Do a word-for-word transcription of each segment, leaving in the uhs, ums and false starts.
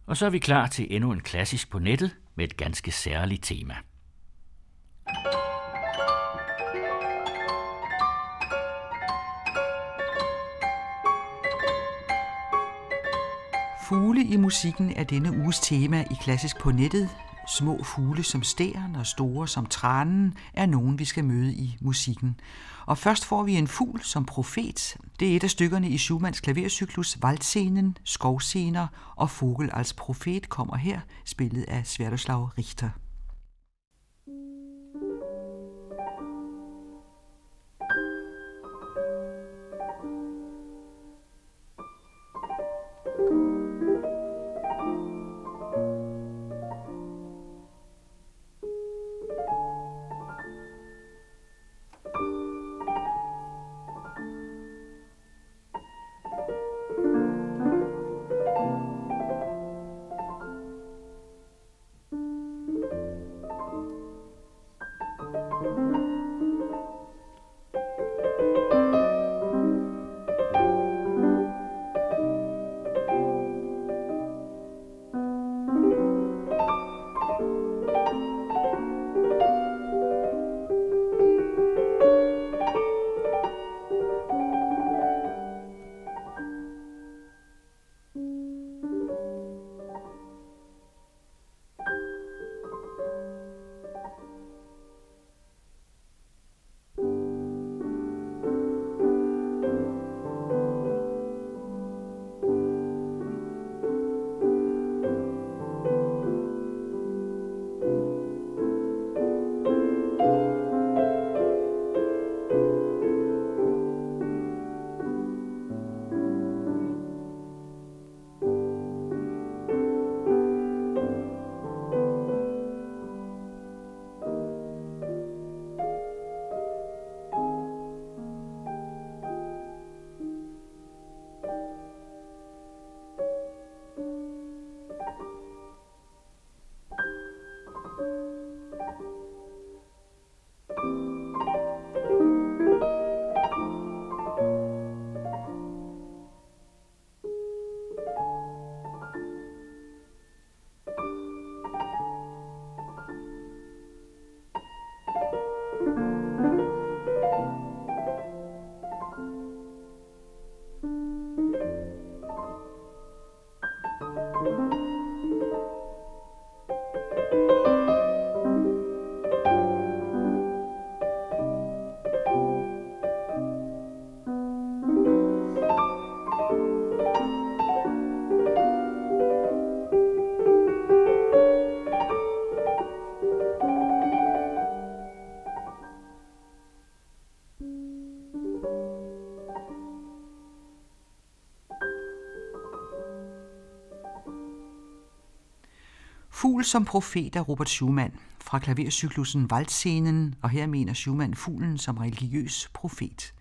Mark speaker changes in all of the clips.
Speaker 1: Og så er vi klar til endnu en klassisk på nettet med et ganske særligt tema.
Speaker 2: Fugle i musikken er denne uges tema i Klassisk på nettet. Små fugle som stæren og store som tranen er nogen, vi skal møde i musikken. Og først får vi en fugl som profet. Det er et af stykkerne i Schumanns klavercyklus Waldscenen, Skovscener og Vogel als Prophet kommer her, spillet af Sviatoslav Richter. Fugl som profet af Robert Schumann fra klavercyklusen Waldscenen, og her mener Schumann fuglen som religiøs profet.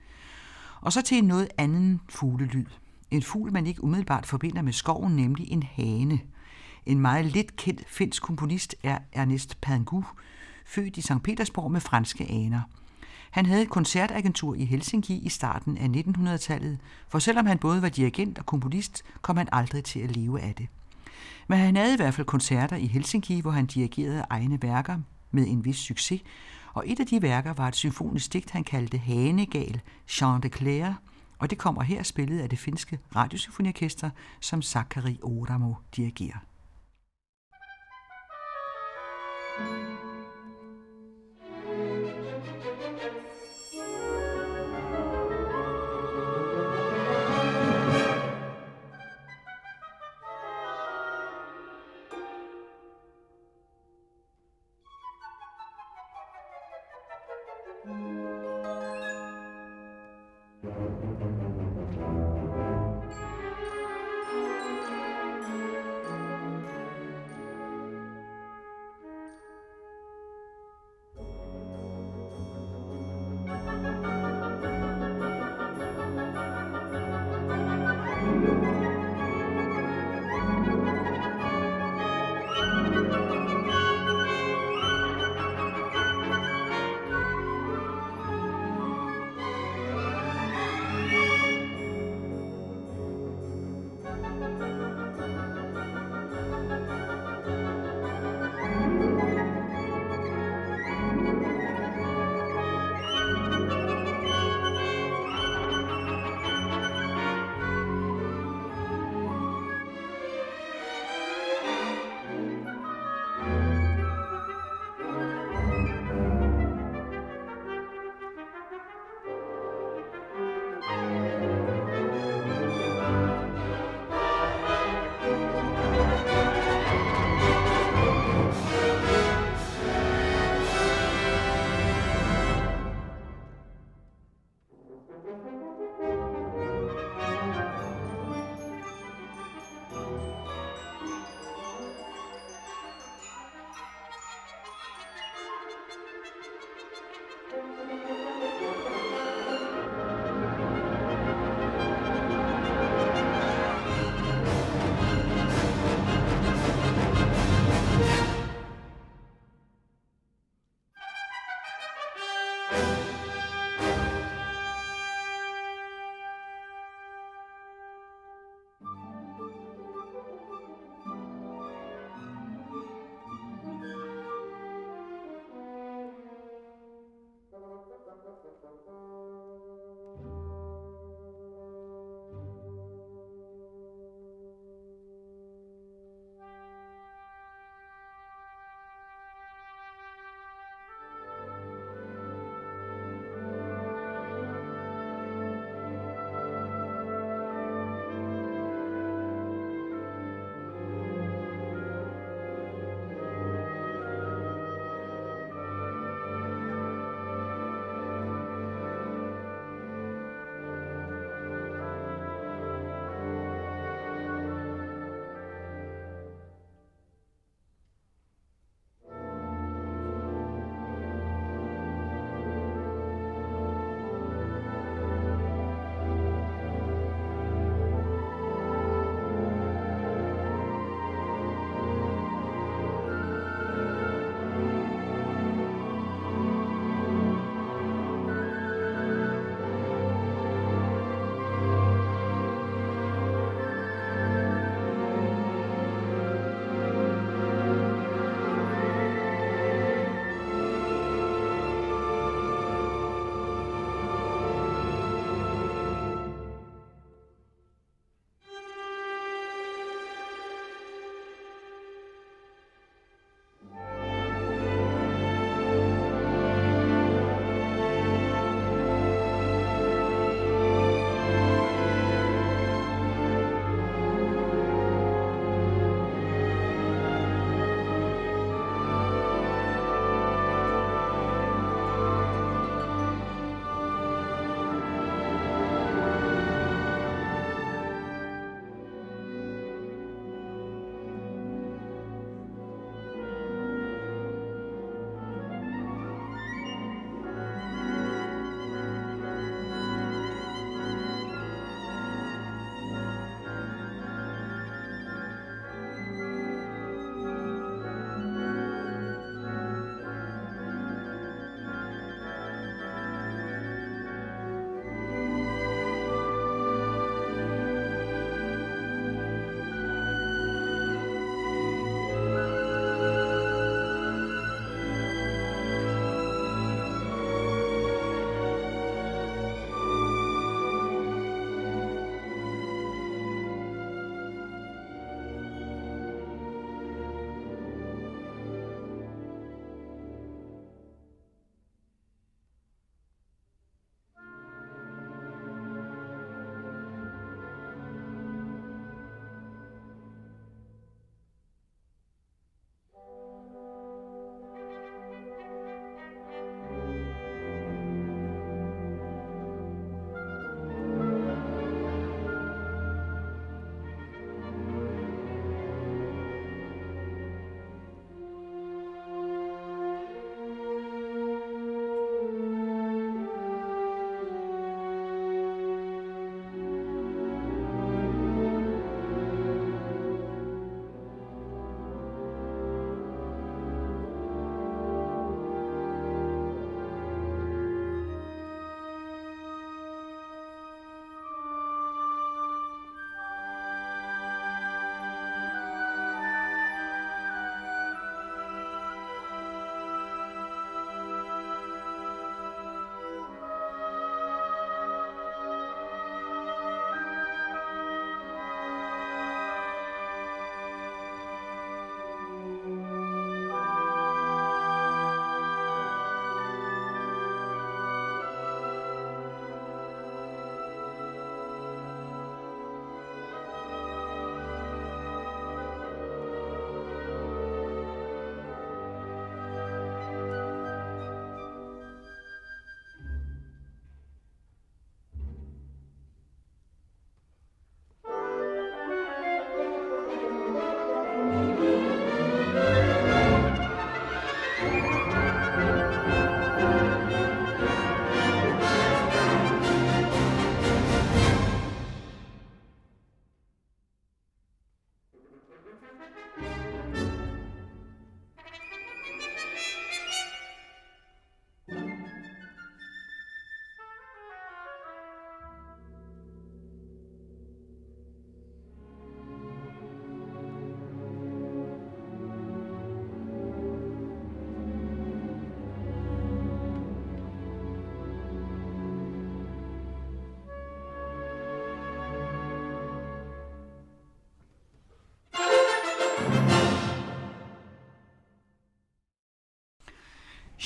Speaker 2: Og så til en noget anden fuglelyd. En fugl, man ikke umiddelbart forbinder med skoven, nemlig en hane. En meget lidt kendt finsk komponist er Ernest Pangu, født i Sankt Petersborg med franske aner. Han havde et koncertagentur i Helsinki i starten af nittenhundredetallet, for selvom han både var dirigent og komponist, kom han aldrig til at leve af det. Men han havde i hvert fald koncerter i Helsinki, hvor han dirigerede egne værker med en vis succes, og et af de værker var et symfonisk digt, han kaldte Hanegal, Chant de Claire, og det kommer her spillet af det finske radiosymfoniorkester, som Sakari Oramo dirigerer.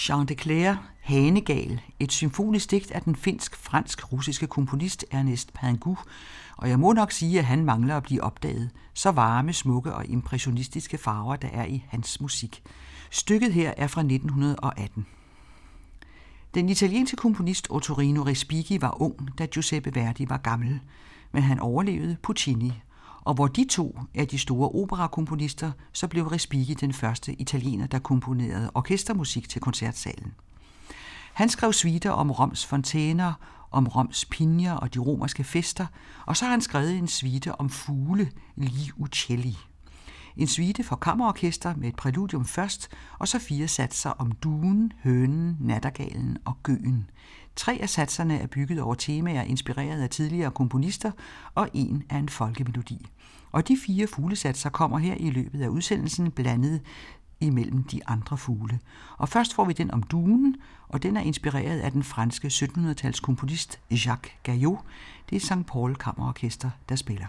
Speaker 2: Chantecler, Hanegal, et symfonisk digt af den finsk-fransk-russiske komponist Ernest Pingu, og jeg må nok sige, at han mangler at blive opdaget. Så varme, smukke og impressionistiske farver, der er i hans musik. Stykket her er fra nitten atten. Den italienske komponist Ottorino Respighi var ung, da Giuseppe Verdi var gammel, men han overlevede Puccini, og hvor de to er de store operakomponister, så blev Respighi den første italiener, der komponerede orkestermusik til koncertsalen. Han skrev suiter om Roms fontæner, om Roms pinjer og de romerske fester, og så har han skrevet en suite om fugle, Gli Uccelli. En suite for kammerorkester med et præludium først, og så fire satser om duen, hønen, nattergalen og gøen. Tre af satserne er bygget over temaer inspireret af tidligere komponister, og en er en folkemelodi. Og de fire fuglesatser kommer her i løbet af udsendelsen blandet imellem de andre fugle. Og først får vi den om duen, og den er inspireret af den franske syttenhundredetalls komponist Jacques Gayot. Det er Sankt Paul Kammerorkester, der spiller.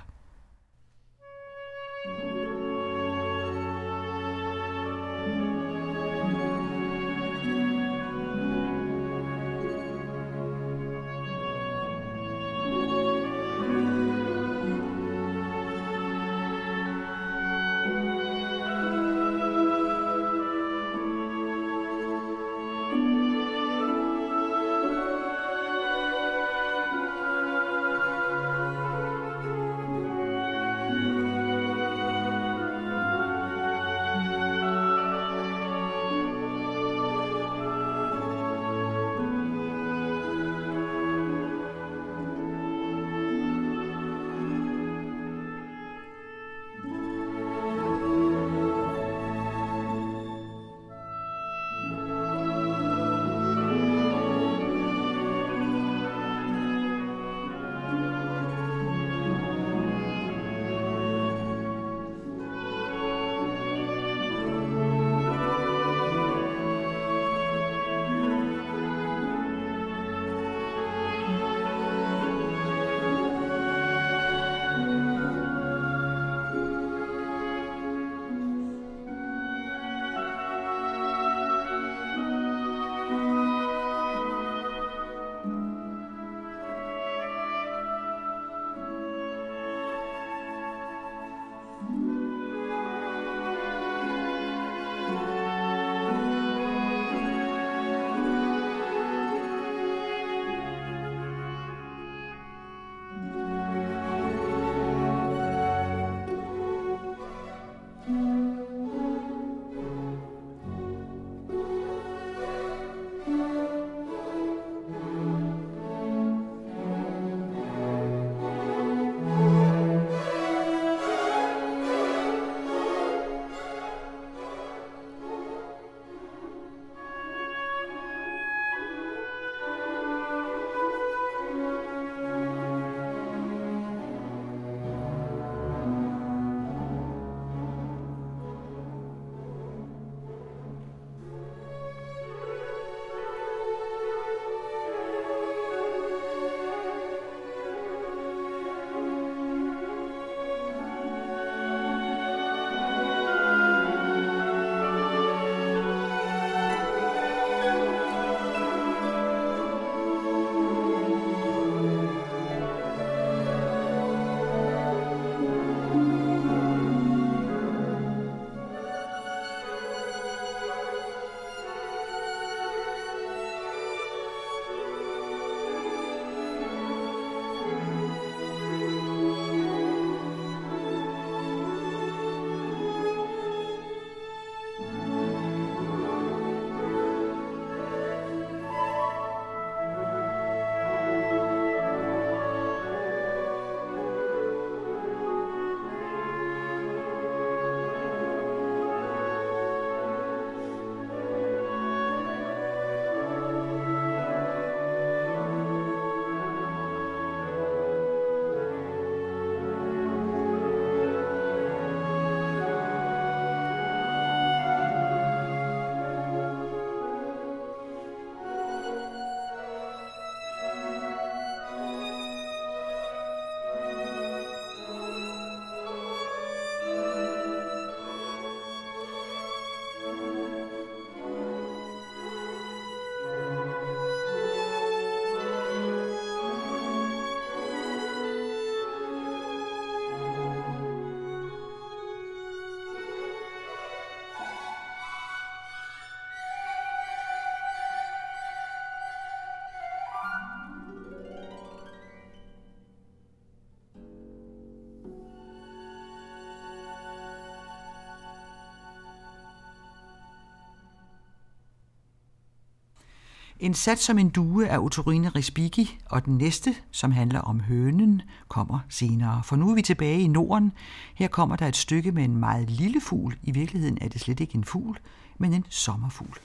Speaker 2: En sats som en due af Ottorino Respighi, og den næste, som handler om hønen, kommer senere. For nu er vi tilbage i Norden. Her kommer der et stykke med en meget lille fugl. I virkeligheden er det slet ikke en fugl, men en sommerfugl.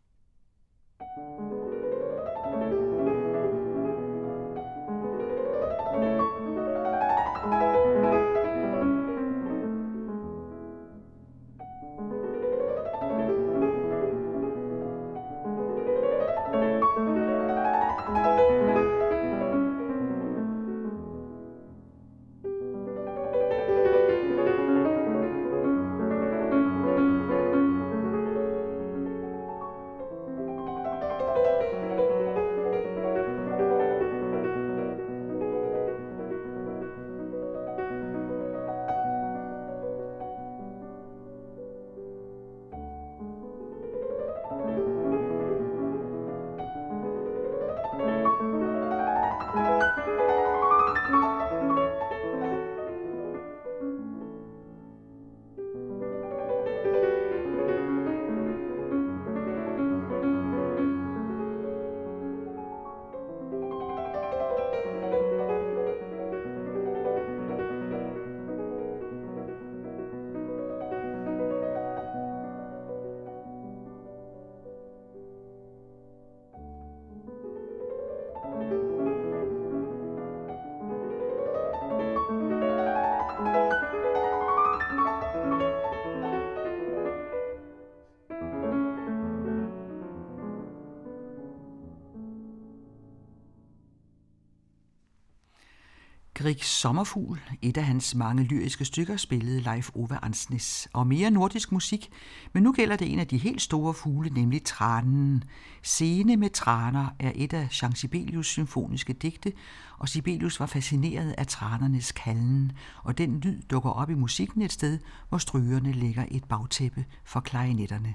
Speaker 2: Griegs Sommerfugl, et af hans mange lyriske stykker, spillede Leif Ove Andsnes, og mere nordisk musik, men nu gælder det en af de helt store fugle, nemlig tranen. Scene med traner er et af Jean Sibelius symfoniske digte, og Sibelius var fascineret af tranernes kalden, og den lyd dukker op i musikken et sted, hvor strygerne lægger et bagtæppe for klarinetterne.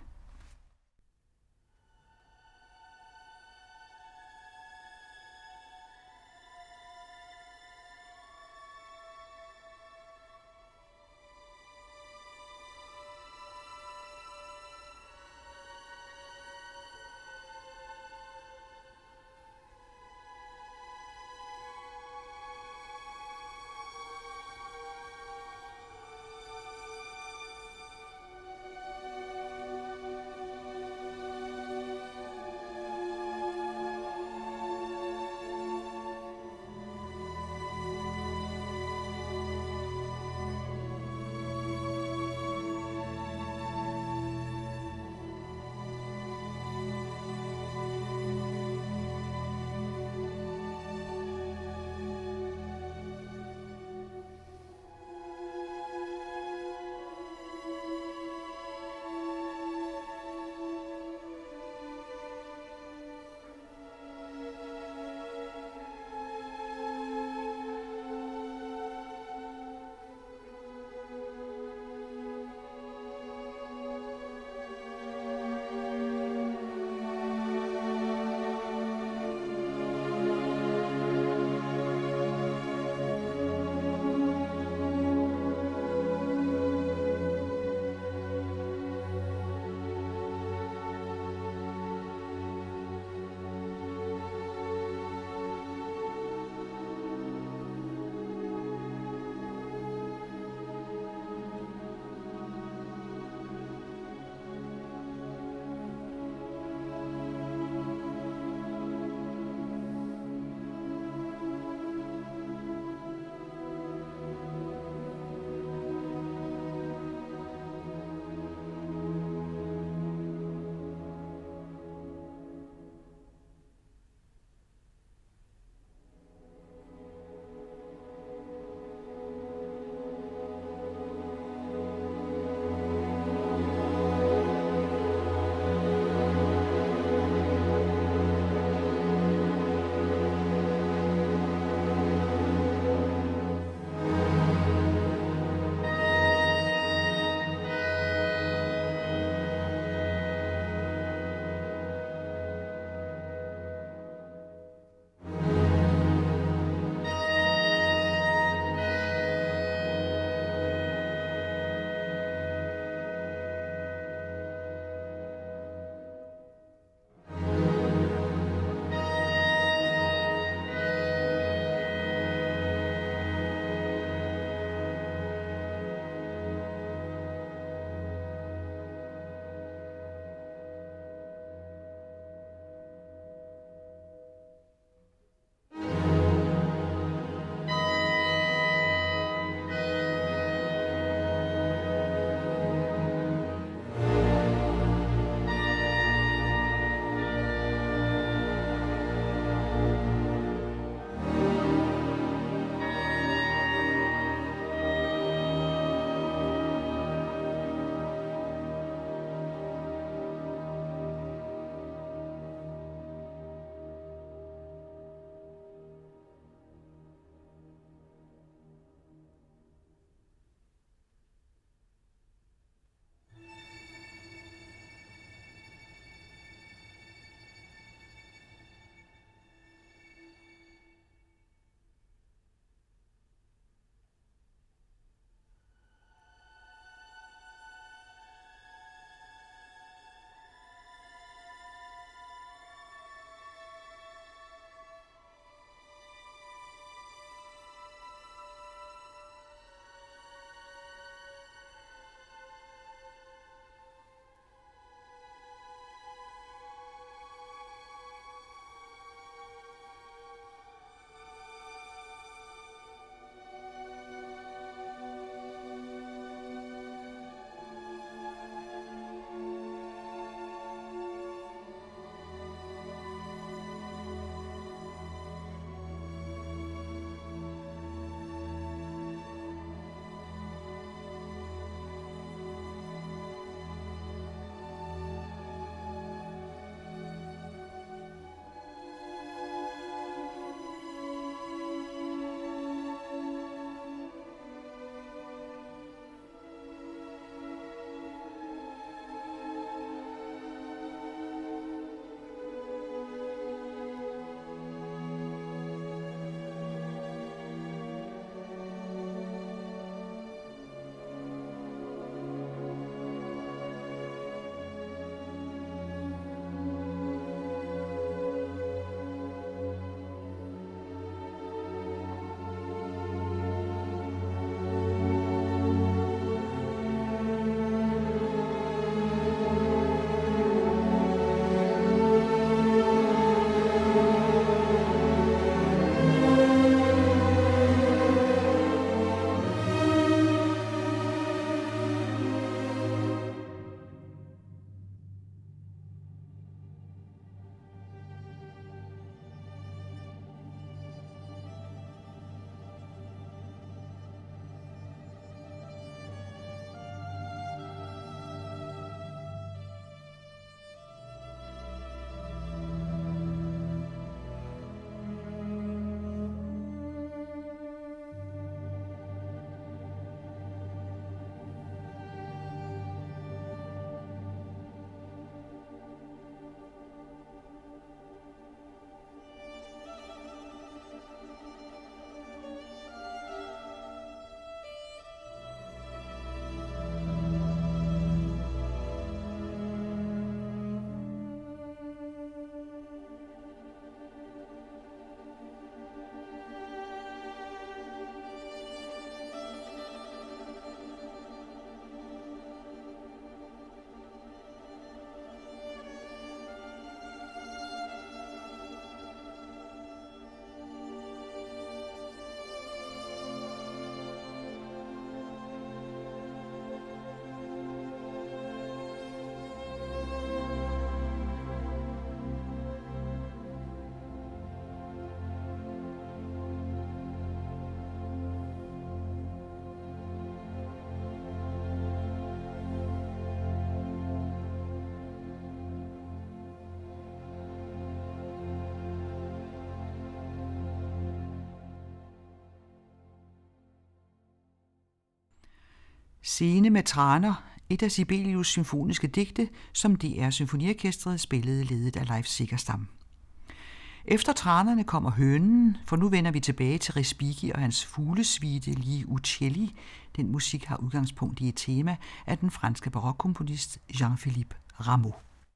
Speaker 2: Scene med traner, et af Sibelius' symfoniske digte, som D R Symfoniorkestret spillede ledet af Leif Sikkerstam. Efter tranerne kommer hønen, for nu vender vi tilbage til Respighi og hans fuglesvite Gli Uccelli. Den musik har udgangspunkt i et tema af den franske barokkomponist Jean-Philippe Rameau.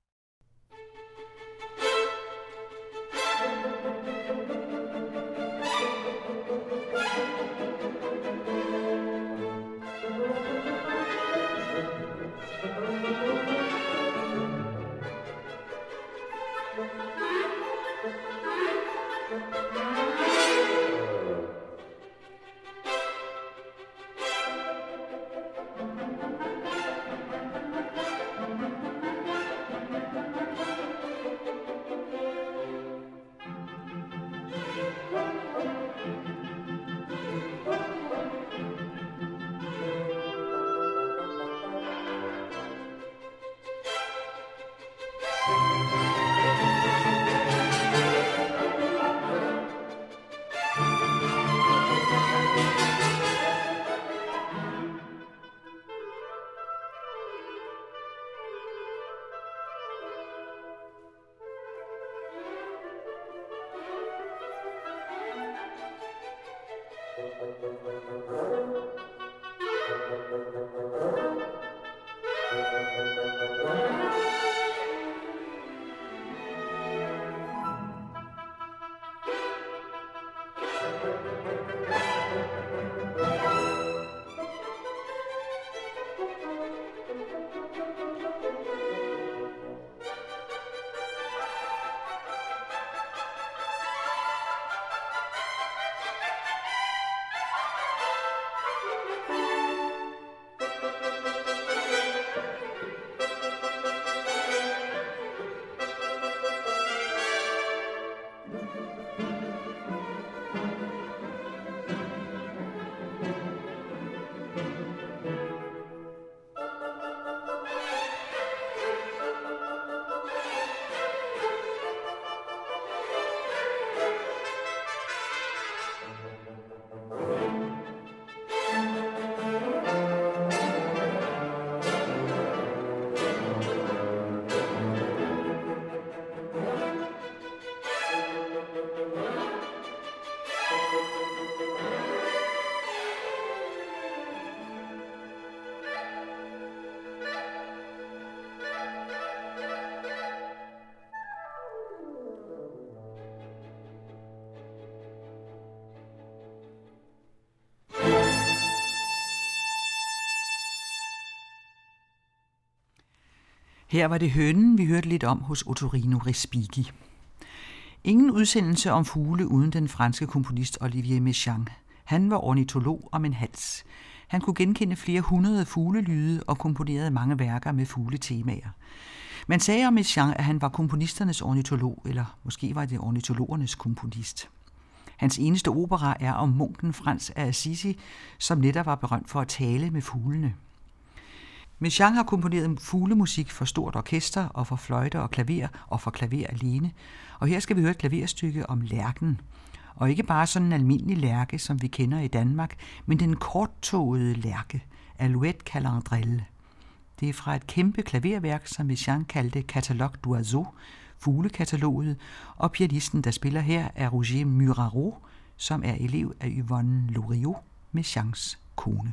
Speaker 2: Her var det hønen, vi hørte lidt om hos Ottorino Respighi. Ingen udsendelse om fugle uden den franske komponist Olivier Messiaen. Han var ornitolog om en hals. Han kunne genkende flere hundrede fuglelyde og komponerede mange værker med fugletemaer. Man sagde om Messiaen, at han var komponisternes ornitolog, eller måske var det ornitologernes komponist. Hans eneste opera er om munken Frans af Assisi, som netop var berømt for at tale med fuglene. Messiaen har komponeret fuglemusik for stort orkester og for fløjte og klaver og for klaver alene. Og her skal vi høre et klaverstykke om lærken. Og ikke bare sådan en almindelig lærke, som vi kender i Danmark, men den korttåede lærke, Alouette calandrelle. Det er fra et kæmpe klaverværk, som Messiaen kaldte Catalogue d'oiseaux, fuglekataloget, og pianisten, der spiller her, er Roger Muraro, som er elev af Yvonne Loriot, Messiaens kone.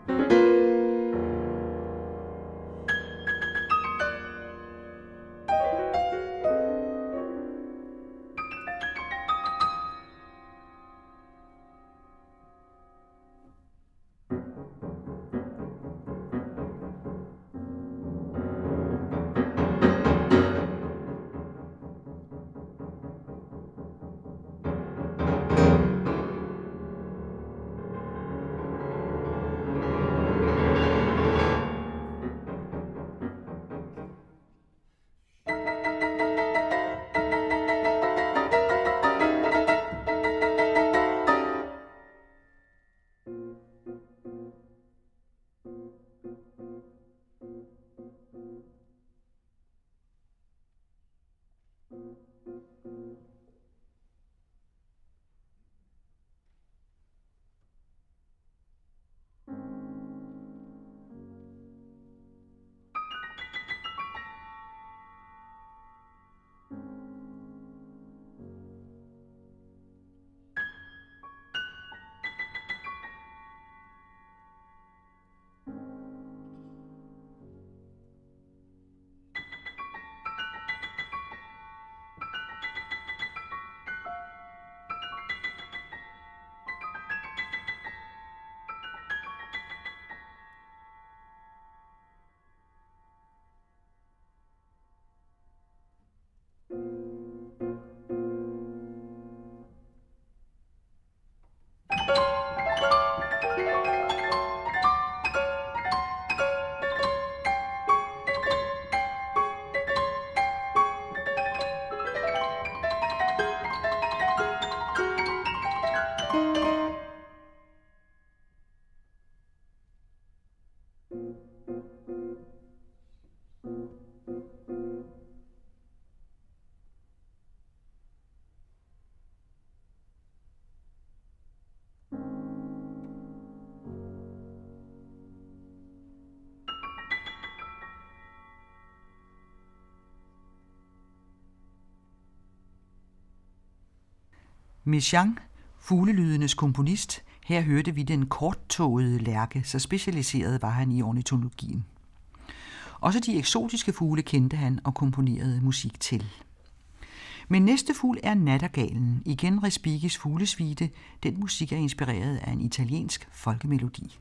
Speaker 2: Messiaen, fuglelydenes komponist. Her hørte vi den korttåede lærke, så specialiseret var han i ornitologien. Også de eksotiske fugle kendte han og komponerede musik til. Men næste fugl er nattergalen, igen Respigis fuglesvite. Den musik er inspireret af en italiensk folkemelodi.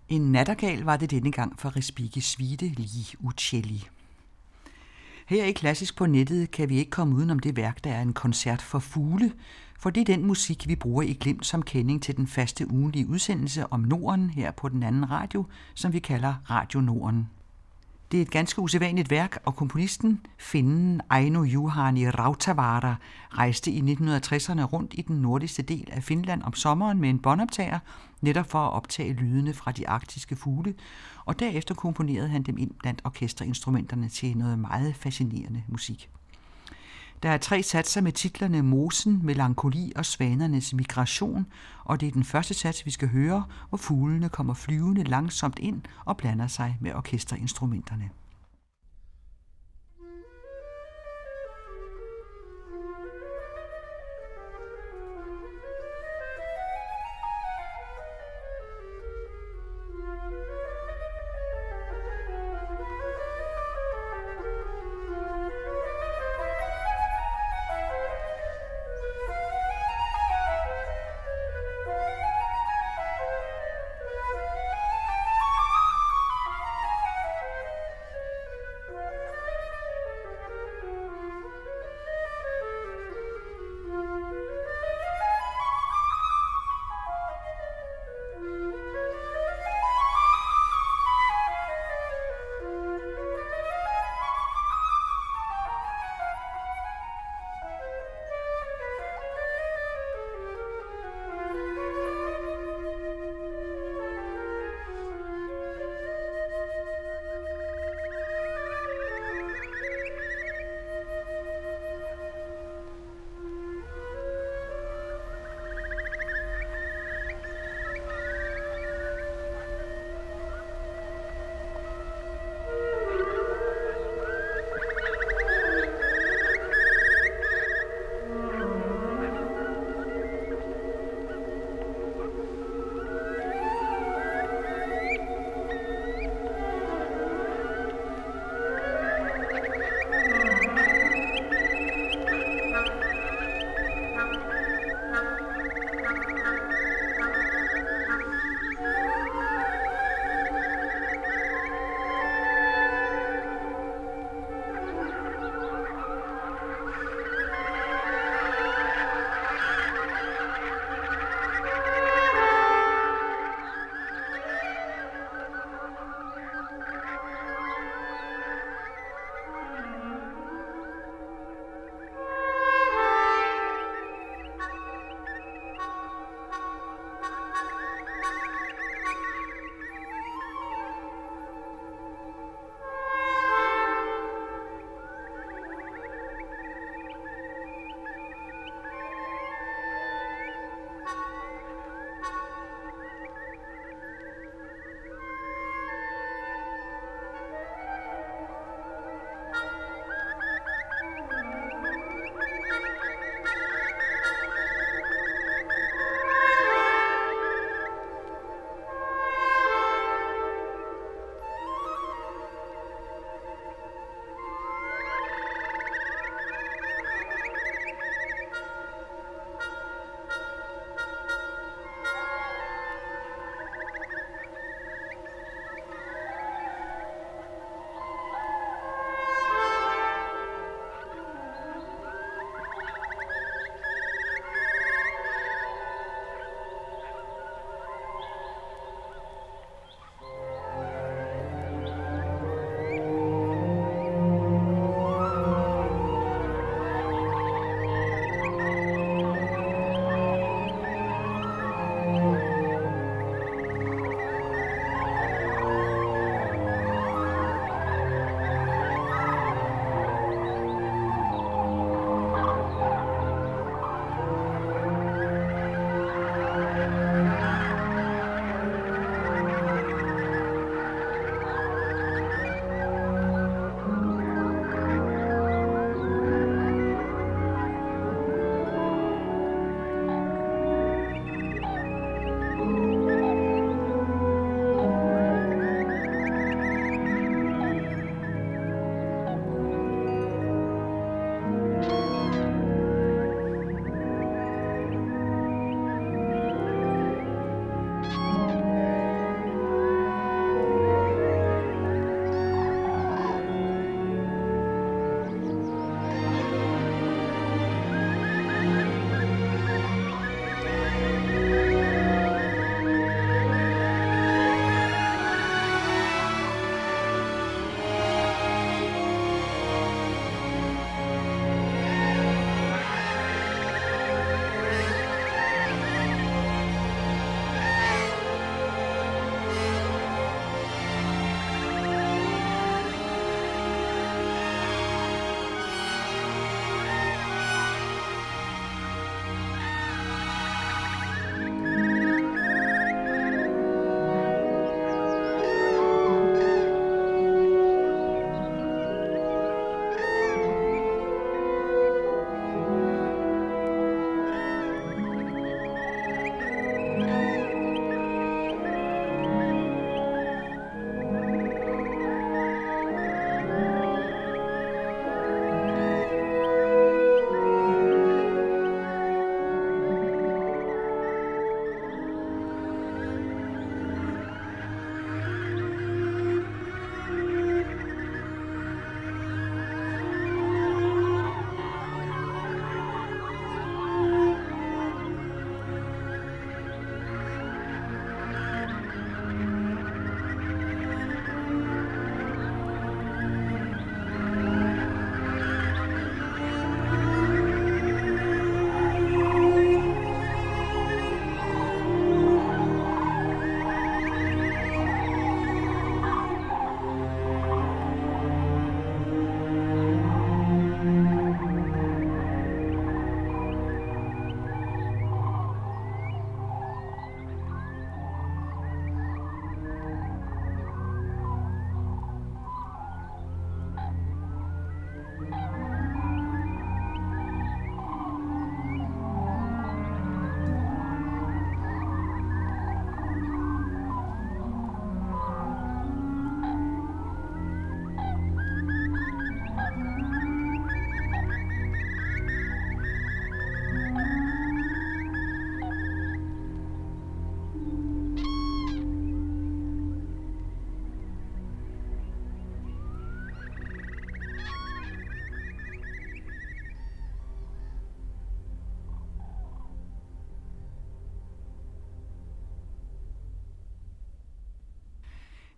Speaker 2: En nattergal var det denne gang for Respighi Suite Gli Uccelli. Her i Klassisk på nettet kan vi ikke komme udenom det værk, der er en koncert for fugle, for det er den musik, vi bruger i glimt som kending til den faste ugenlige udsendelse om Norden her på den anden radio, som vi kalder Radio Norden. Det er et ganske usædvanligt værk, og komponisten, finnen Aino Juhani Rautavaara, rejste i nitten tresserne rundt i den nordligste del af Finland om sommeren med en båndoptager, netop for at optage lydene fra de arktiske fugle, og derefter komponerede han dem ind blandt orkesterinstrumenterne til noget meget fascinerende musik. Der er tre satser med titlerne Mosen, Melankoli og Svanernes migration, og det er den første sats, vi skal høre, hvor fuglene kommer flyvende langsomt ind og blander sig med orkesterinstrumenterne.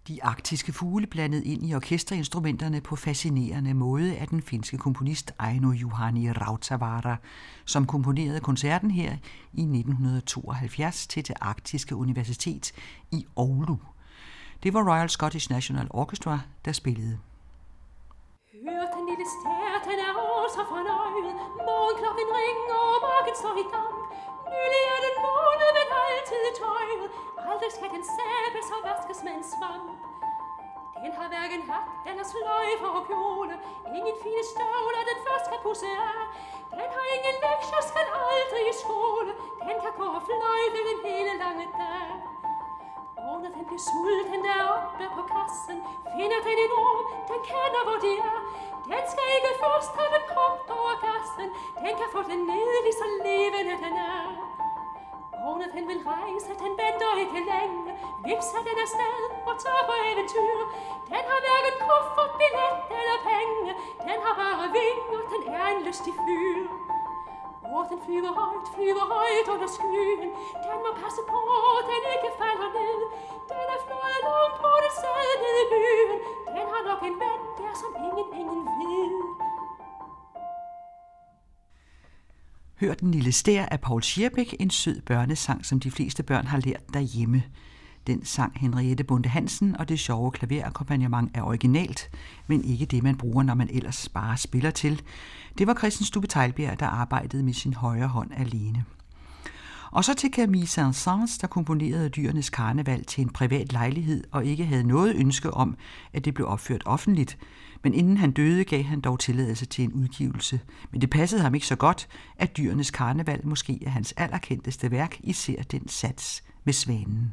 Speaker 2: De arktiske fugle blandet ind i orkesterinstrumenterne på fascinerende måde af den finske komponist Aino Juhani Rautavaara, som komponerede koncerten her i nitten tooghalvfjerds til det arktiske universitet i Oulu. Det var Royal Scottish National Orchestra, der spillede.
Speaker 3: Hør den lille stær, den er også fornøjet. Morgenklokken ringer, og marken står i damp. Nylig er den måned, men altid tøjet. Aldrig skal den sæbes og vaskes med en svamp. Den har hverken hat eller sløjfe og kjole. Ingen fine støvler, den først skal pusse af. Den har ingen lektier, skal aldrig i skole. Den kan gå og fløjte den hele lange dag. Og når den bliver sulten deroppe på kassen, finder den en orm, den kender hvor de er. Den skal ikke først have den kogt over gassen. Den kan få den ned lige så levende den er. Og når den vil rejse, den venter ikke længe. Vips er den afsted og tager på eventyr. Den har hverken kuffert, billet eller penge. Den har bare vinger, den er en lystig fyr. Og den flyver højt, flyver højt under skyen. Den må passe på, den ikke falder ned. Den er fløjet langt på det sted ned i byen. Den har nok en ven der, som ingen, ingen ved.
Speaker 2: Hør den lille stær af Paul Schierbeck, en sød børnesang, som de fleste børn har lært derhjemme. Den sang Henriette Bonde Hansen, og det sjove klaverakkompagnement er originalt, men ikke det, man bruger, når man ellers bare spiller til. Det var Christen Stubbe Teglbjerg, der arbejdede med sin højre hånd alene. Og så til Camille Saint-Saëns, der komponerede Dyrenes Karneval til en privat lejlighed og ikke havde noget ønske om, at det blev opført offentligt. Men inden han døde, gav han dog tilladelse til en udgivelse. Men det passede ham ikke så godt, at Dyrenes Karneval måske er hans allerkendteste værk, især den sats med svanen.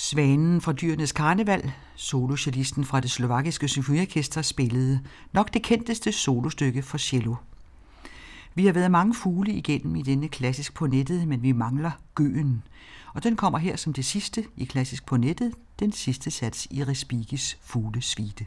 Speaker 2: Svanen fra Dyrenes Karneval, solocellisten fra det slovakiske symfoniorkester, spillede nok det kendteste solostykke for cello. Vi har været mange fugle igennem i denne Klassisk på nettet, men vi mangler gøen. Og den kommer her som det sidste i Klassisk på nettet, den sidste sats i Respigis Fuglesuite.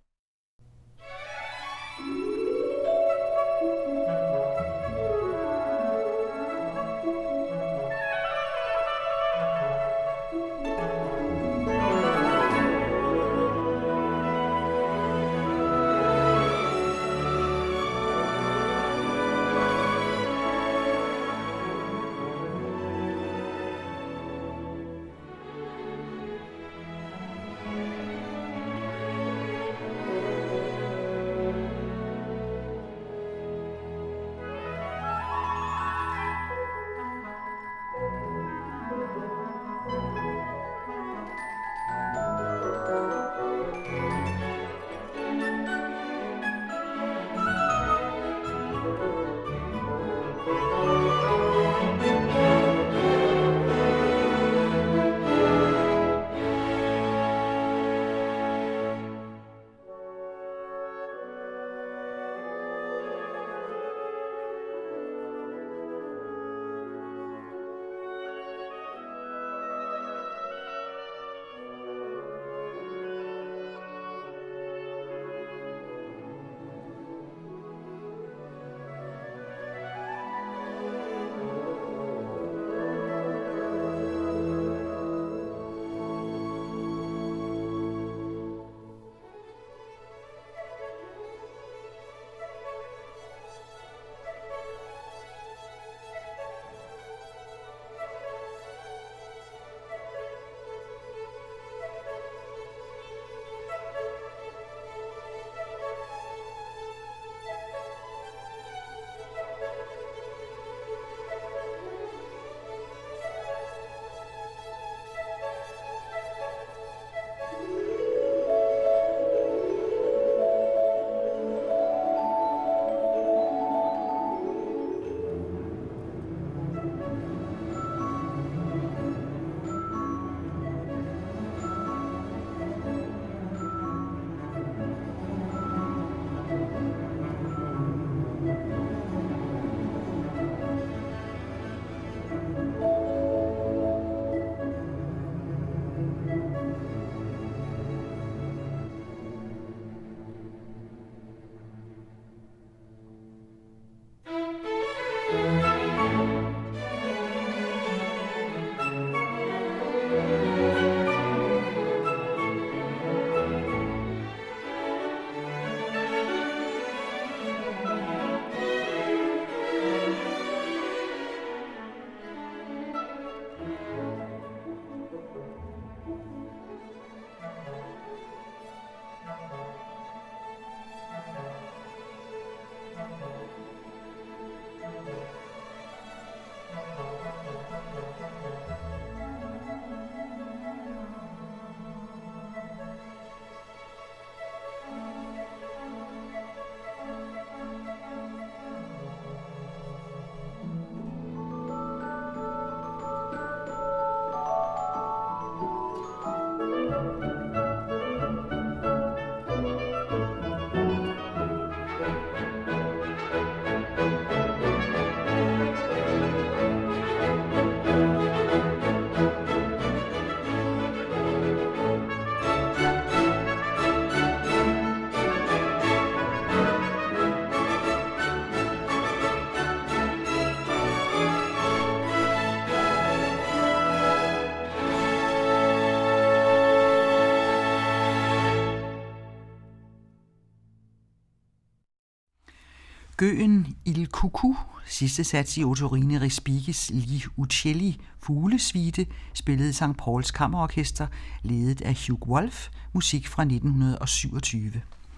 Speaker 2: Gøen Il Cucù, sidste sats i Ottorino Respigis Gli Uccelli Fuglesuite, spillet i Sankt Pauls Kammerorkester, ledet af Hugh Wolf, musik fra nitten syvogtyve.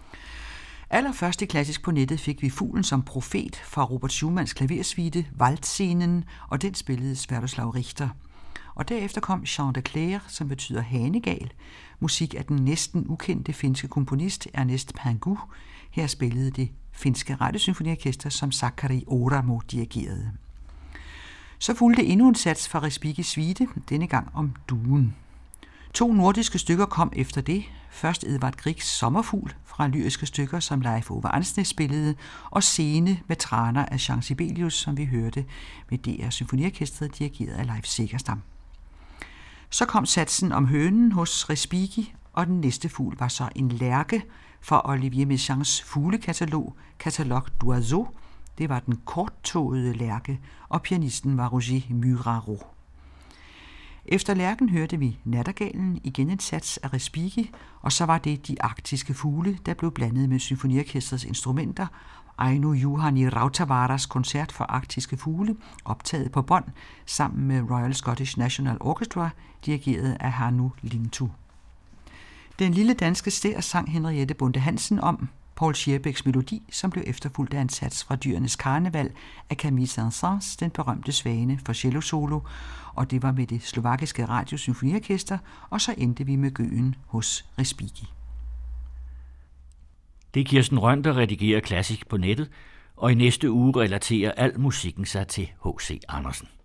Speaker 2: Allerførst i Klassisk på nettet fik vi Fuglen som profet fra Robert Schumanns klaversuite Waldscenen, og den spillede Sviatoslav Richter. Og derefter kom Chant de Clair, som betyder hanegal, musik af den næsten ukendte finske komponist Ernest Pangu. Her spillede det finske radiosymfoniorkester, som Sakari Oramo dirigerede. Så fulgte endnu en sats fra Respigis suite, denne gang om duen. To nordiske stykker kom efter det. Først Edvard Griegs Sommerfugl fra lyriske stykker, som Leif Ove Andsnes spillede, og Scene med Traner af Jean Sibelius, som vi hørte med D R Symfoniorkestret dirigeret af Leif Segerstam. Så kom satsen om hønen hos Respighi, og den næste fugl var så en lærke fra Olivier Messiaens fuglekatalog, Catalogue d'Oiseaux. Det var den korttåede lærke, og pianisten var Roger Muraro. Efter lærken hørte vi Nattergalen, igen en sats af Respighi, og så var det de arktiske fugle, der blev blandet med symfoniorkestrets instrumenter, Aino Juhani Rautavaras koncert for arktiske fugle, optaget på bånd sammen med Royal Scottish National Orchestra, dirigeret af Hannu Lintu. Den lille danske stær sang Henriette Bonde Hansen om Paul Scherbecks melodi, som blev efterfulgt af en sats fra Dyrenes Karneval af Camille Saint-Saëns, den berømte svane for cello-solo, og det var med det slovakiske radiosymfoniorkester, og så endte vi med Gøen hos Respighi.
Speaker 1: Det er Kirsten Røn, der redigerer klassisk på nettet, og i næste uge relaterer al musikken sig til H C Andersen.